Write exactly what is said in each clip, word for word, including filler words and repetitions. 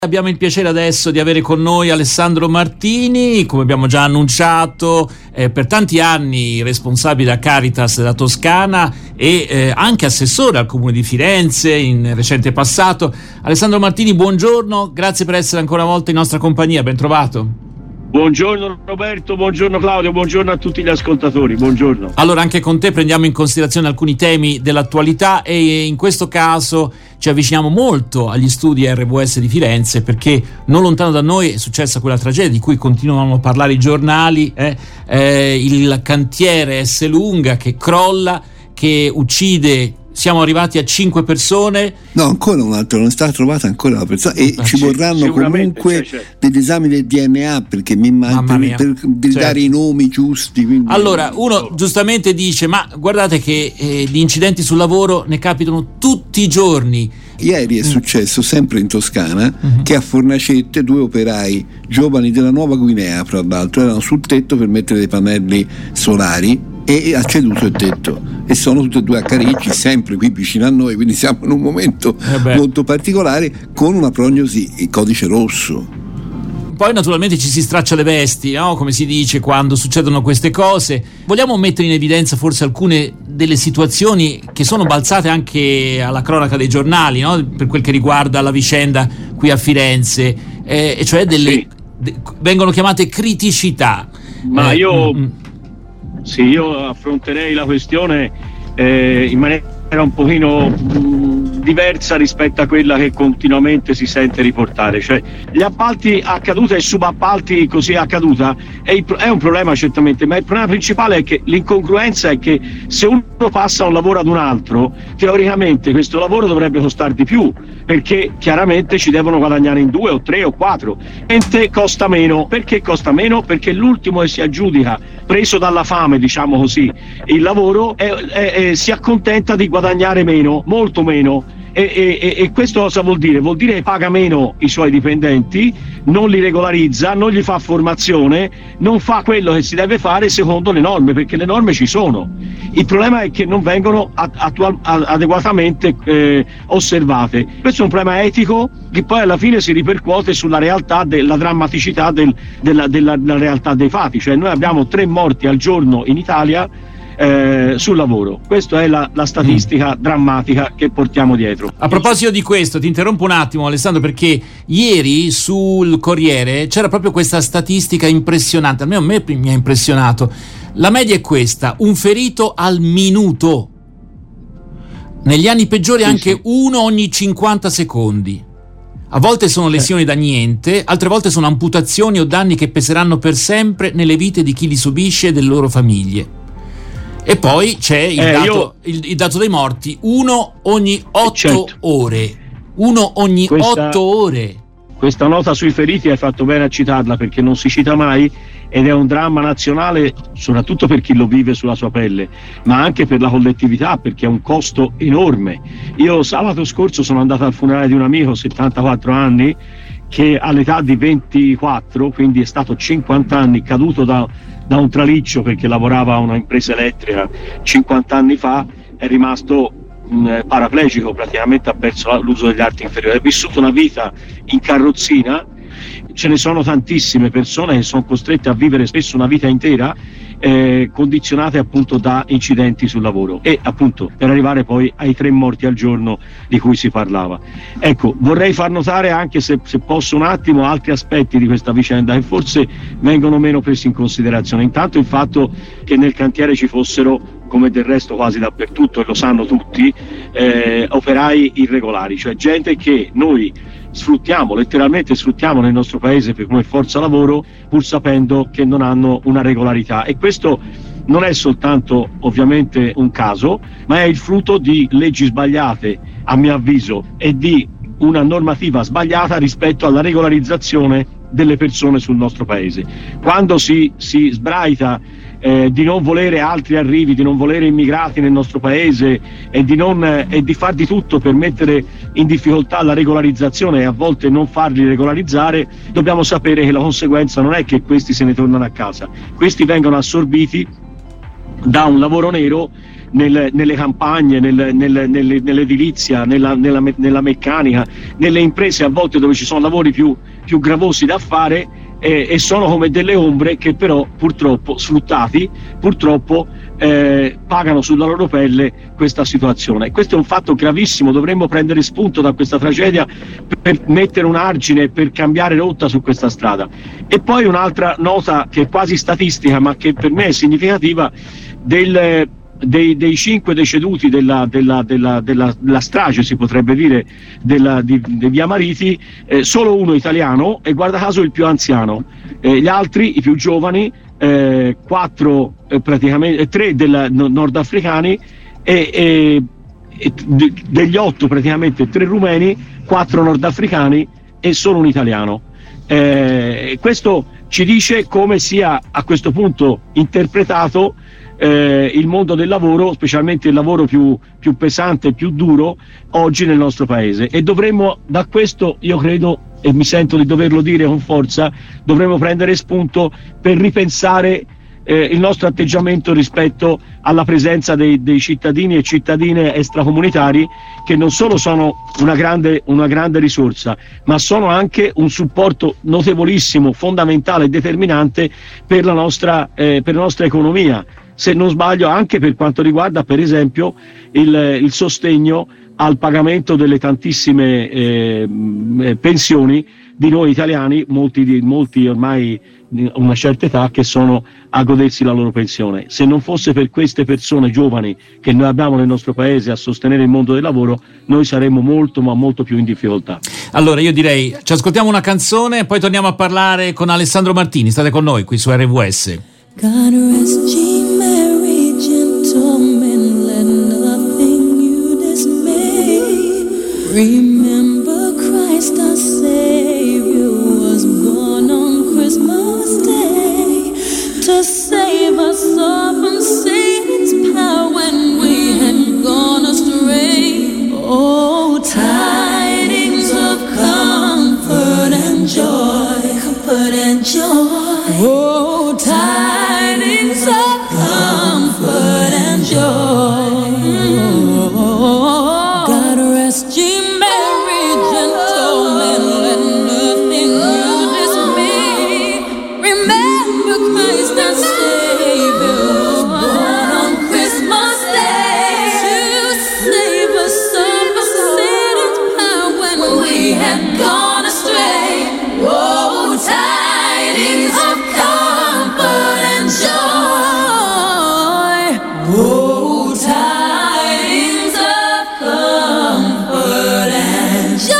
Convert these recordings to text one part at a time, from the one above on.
Abbiamo il piacere adesso di avere con noi Alessandro Martini, come abbiamo già annunciato, eh, per tanti anni responsabile a Caritas della Toscana e eh, anche assessore al Comune di Firenze in recente passato. Alessandro Martini, buongiorno, grazie per essere ancora una volta in nostra compagnia, ben trovato. Buongiorno Roberto, buongiorno Claudio, buongiorno a tutti gli ascoltatori, buongiorno. Allora, anche con te prendiamo in considerazione alcuni temi dell'attualità e in questo caso ci avviciniamo molto agli studi R W S di Firenze, perché non lontano da noi è successa quella tragedia di cui continuano a parlare i giornali, eh? Eh, il cantiere Esselunga che crolla, che uccide. Siamo arrivati a cinque persone. No, ancora un altro, non è stata trovata ancora la persona e ah, ci vorranno comunque cioè, degli esami del D N A, perché mi immagino per, per certo. dare i nomi giusti. Quindi... Allora, uno giustamente dice: ma guardate che eh, gli incidenti sul lavoro ne capitano tutti i giorni. Ieri è successo sempre in Toscana uh-huh. che a Fornacette due operai giovani della Nuova Guinea, fra l'altro, erano sul tetto per mettere dei pannelli solari e ha ceduto il tetto e sono tutti e due a Caricci, sempre qui vicino a noi, quindi siamo in un momento eh molto particolare con una prognosi codice rosso. Poi naturalmente ci si straccia le vesti, no? Come si dice quando succedono queste cose. Vogliamo mettere in evidenza forse alcune delle situazioni che sono balzate anche alla cronaca dei giornali, no? Per quel che riguarda la vicenda qui a Firenze, eh, e cioè delle sì. de, vengono chiamate criticità. Ma eh, io mm, sì, io affronterei la questione eh, in maniera un pochino mh, diversa rispetto a quella che continuamente si sente riportare, cioè gli appalti a caduta e subappalti così a caduta è, il, è un problema certamente, ma il problema principale è che l'incongruenza è che se uno passa un lavoro ad un altro, teoricamente questo lavoro dovrebbe costare di più, perché chiaramente ci devono guadagnare in due o tre o quattro, mentre costa meno. Perché costa meno? Perché l'ultimo che si aggiudica, preso dalla fame, diciamo così, il lavoro è, è, è, si accontenta di guadagnare meno, molto meno. E, e, e questo cosa vuol dire? Vuol dire che paga meno i suoi dipendenti, non li regolarizza, non gli fa formazione, non fa quello che si deve fare secondo le norme, perché le norme ci sono. Il problema è che non vengono attual, adeguatamente eh, osservate. Questo è un problema etico che poi alla fine si ripercuote sulla realtà, della drammaticità del, della, della, della realtà dei fatti. Cioè noi abbiamo tre morti al giorno in Italia Eh, sul lavoro. Questa è la, la statistica mm. drammatica che portiamo dietro. A proposito di questo, ti interrompo un attimo Alessandro, perché ieri sul Corriere c'era proprio questa statistica impressionante, almeno a me mi ha impressionato. La media è questa: un ferito al minuto, negli anni peggiori sì, anche sì. uno ogni cinquanta secondi. A volte sono lesioni da niente, altre volte sono amputazioni o danni che peseranno per sempre nelle vite di chi li subisce e delle loro famiglie. E poi c'è il, eh, dato, io... il, il dato dei morti, uno ogni otto certo. ore. Uno ogni questa, otto ore. Questa nota sui feriti hai fatto bene a citarla, perché non si cita mai ed è un dramma nazionale, soprattutto per chi lo vive sulla sua pelle, ma anche per la collettività, perché è un costo enorme. Io sabato scorso sono andato al funerale di un amico, settantaquattro anni, che all'età di ventiquattro, quindi è stato cinquanta anni, caduto da, da un traliccio perché lavorava a una impresa elettrica cinquanta anni fa, è rimasto mh, paraplegico, praticamente ha perso l'uso degli arti inferiori, ha vissuto una vita in carrozzina. Ce ne sono tantissime persone che sono costrette a vivere spesso una vita intera eh, condizionate appunto da incidenti sul lavoro, e appunto per arrivare poi ai tre morti al giorno di cui si parlava. Ecco, vorrei far notare anche, se, se posso un attimo, altri aspetti di questa vicenda che forse vengono meno presi in considerazione. Intanto il fatto che nel cantiere ci fossero, come del resto quasi dappertutto, e lo sanno tutti, eh, operai irregolari, cioè gente che noi sfruttiamo, letteralmente sfruttiamo nel nostro paese per come forza lavoro, pur sapendo che non hanno una regolarità. E questo non è soltanto ovviamente un caso, ma è il frutto di leggi sbagliate, a mio avviso, e di una normativa sbagliata rispetto alla regolarizzazione delle persone sul nostro paese. Quando si, si sbraita eh, di non volere altri arrivi, di non volere immigrati nel nostro paese e di, non, eh, e di far di tutto per mettere in difficoltà la regolarizzazione e a volte non farli regolarizzare, dobbiamo sapere che la conseguenza non è che questi se ne tornano a casa, questi vengono assorbiti da un lavoro nero nel, nelle campagne, nel, nel, nelle, nell'edilizia, nella, nella, nella meccanica, nelle imprese a volte dove ci sono lavori più, più gravosi da fare, eh, e sono come delle ombre che però purtroppo sfruttati, purtroppo eh, pagano sulla loro pelle questa situazione. Questo è un fatto gravissimo, dovremmo prendere spunto da questa tragedia per mettere un argine, per cambiare rotta su questa strada. E poi un'altra nota che è quasi statistica ma che per me è significativa, del Dei, dei cinque deceduti della, della, della, della, della strage, si potrebbe dire, della, di, di Via Mariti, eh, solo uno italiano e guarda caso il più anziano, eh, gli altri i più giovani, eh, quattro eh, praticamente tre del, no, nordafricani e, e, e de, degli otto praticamente tre rumeni, quattro nordafricani e solo un italiano. Eh, questo ci dice come sia a questo punto interpretato Eh, il mondo del lavoro, specialmente il lavoro più, più pesante, più duro oggi nel nostro paese, e dovremmo da questo, io credo e mi sento di doverlo dire con forza, dovremmo prendere spunto per ripensare eh, il nostro atteggiamento rispetto alla presenza dei, dei cittadini e cittadine extracomunitari, che non solo sono una grande, una grande risorsa, ma sono anche un supporto notevolissimo, fondamentale e determinante per la nostra, eh, per la nostra economia. Se non sbaglio anche per quanto riguarda per esempio il, il sostegno al pagamento delle tantissime eh, pensioni di noi italiani, molti, di, molti ormai di una certa età, che sono a godersi la loro pensione. Se non fosse per queste persone giovani che noi abbiamo nel nostro paese a sostenere il mondo del lavoro, noi saremmo molto ma molto più in difficoltà. Allora io direi ci ascoltiamo una canzone e poi torniamo a parlare con Alessandro Martini. State con noi qui su R V S. God rest ye merry gentlemen, let nothing you dismay. Remember Christ our Savior was born on Christmas Day to save us all from Satan's power when we had gone astray. Oh, tidings of comfort and joy, comfort and joy. Oh, tidings of comfort and joy. Oh, God rest ye merry gentlemen, let nothing you dismay. Remember Christ our Savior was born on Christmas Day to save us all from Satan's power when we had gone astray. Oh, tidings of comfort and joy. Oh, tidings of comfort and joy.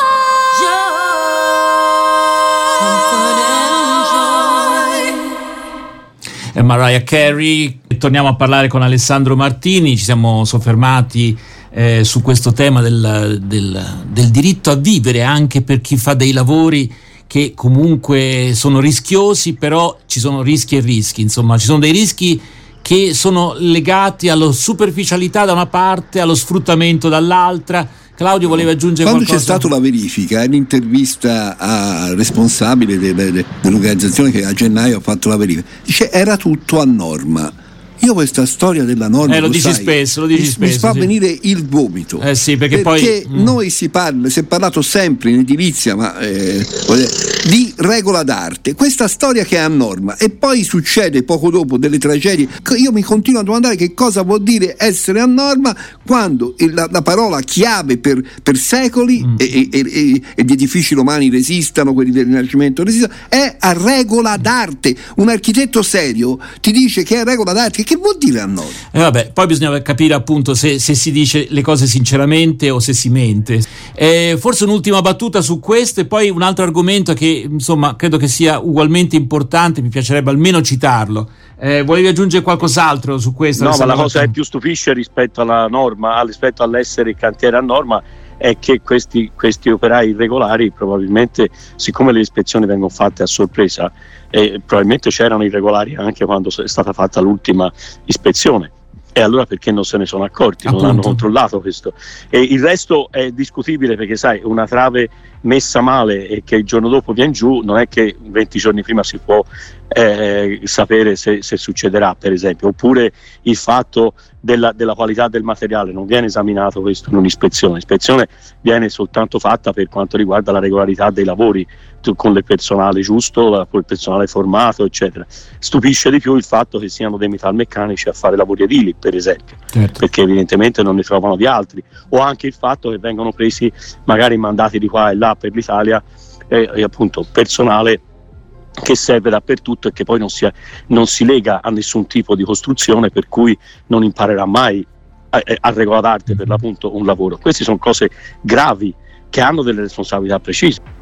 Comfort and joy. È Mariah Carey. Torniamo a parlare con Alessandro Martini. Ci siamo soffermati eh, su questo tema del, del, del diritto a vivere anche per chi fa dei lavori che comunque sono rischiosi, però ci sono rischi e rischi, insomma ci sono dei rischi che sono legati alla superficialità da una parte, allo sfruttamento dall'altra. Claudio voleva aggiungere Quando qualcosa? Quando c'è stata la verifica, l'intervista al responsabile de, de, de, dell'organizzazione che a gennaio ha fatto la verifica, dice era tutto a norma. Io questa storia della norma eh, lo, lo dici sai, spesso, lo dici mi, spesso, mi fa sì. venire il vomito. Eh sì, perché, perché poi noi si parla, si è parlato sempre in edilizia, ma eh, di regola d'arte, questa storia che è a norma, e poi succede poco dopo delle tragedie. Io mi continuo a domandare che cosa vuol dire essere a norma quando la, la parola chiave per, per secoli mm. e, e, e, e gli edifici romani resistano, quelli del Rinascimento resistano, è a regola d'arte. Un architetto serio ti dice che è a regola d'arte. Che vuol dire a norma? Eh vabbè, poi bisogna capire appunto se, se si dice le cose sinceramente o se si mente. Eh, forse un'ultima battuta su questo e poi un altro argomento che insomma credo che sia ugualmente importante, mi piacerebbe almeno citarlo. Eh, volevi aggiungere qualcos'altro su questo? No, ma la cosa che più stupisce rispetto alla norma, rispetto all'essere cantiere a norma, è che questi, questi operai irregolari probabilmente, siccome le ispezioni vengono fatte a sorpresa, eh, probabilmente c'erano irregolari anche quando è stata fatta l'ultima ispezione. E allora perché non se ne sono accorti, Appunto. non hanno controllato questo? E il resto è discutibile, perché sai, una trave messa male e che il giorno dopo viene giù, non è che venti giorni prima si può eh, sapere se, se succederà, per esempio, oppure il fatto della, della qualità del materiale non viene esaminato questo in un'ispezione. L'ispezione viene soltanto fatta per quanto riguarda la regolarità dei lavori, con il personale giusto, con il personale formato, eccetera. Stupisce di più il fatto che siano dei metalmeccanici a fare lavori edili, per esempio, certo, perché evidentemente non ne trovano di altri, o anche il fatto che vengono presi magari mandati di qua e là per l'Italia, eh, e appunto personale che serve dappertutto e che poi non si, non si lega a nessun tipo di costruzione, per cui non imparerà mai a, a regola d'arte per l'appunto un lavoro. Queste sono cose gravi che hanno delle responsabilità precise.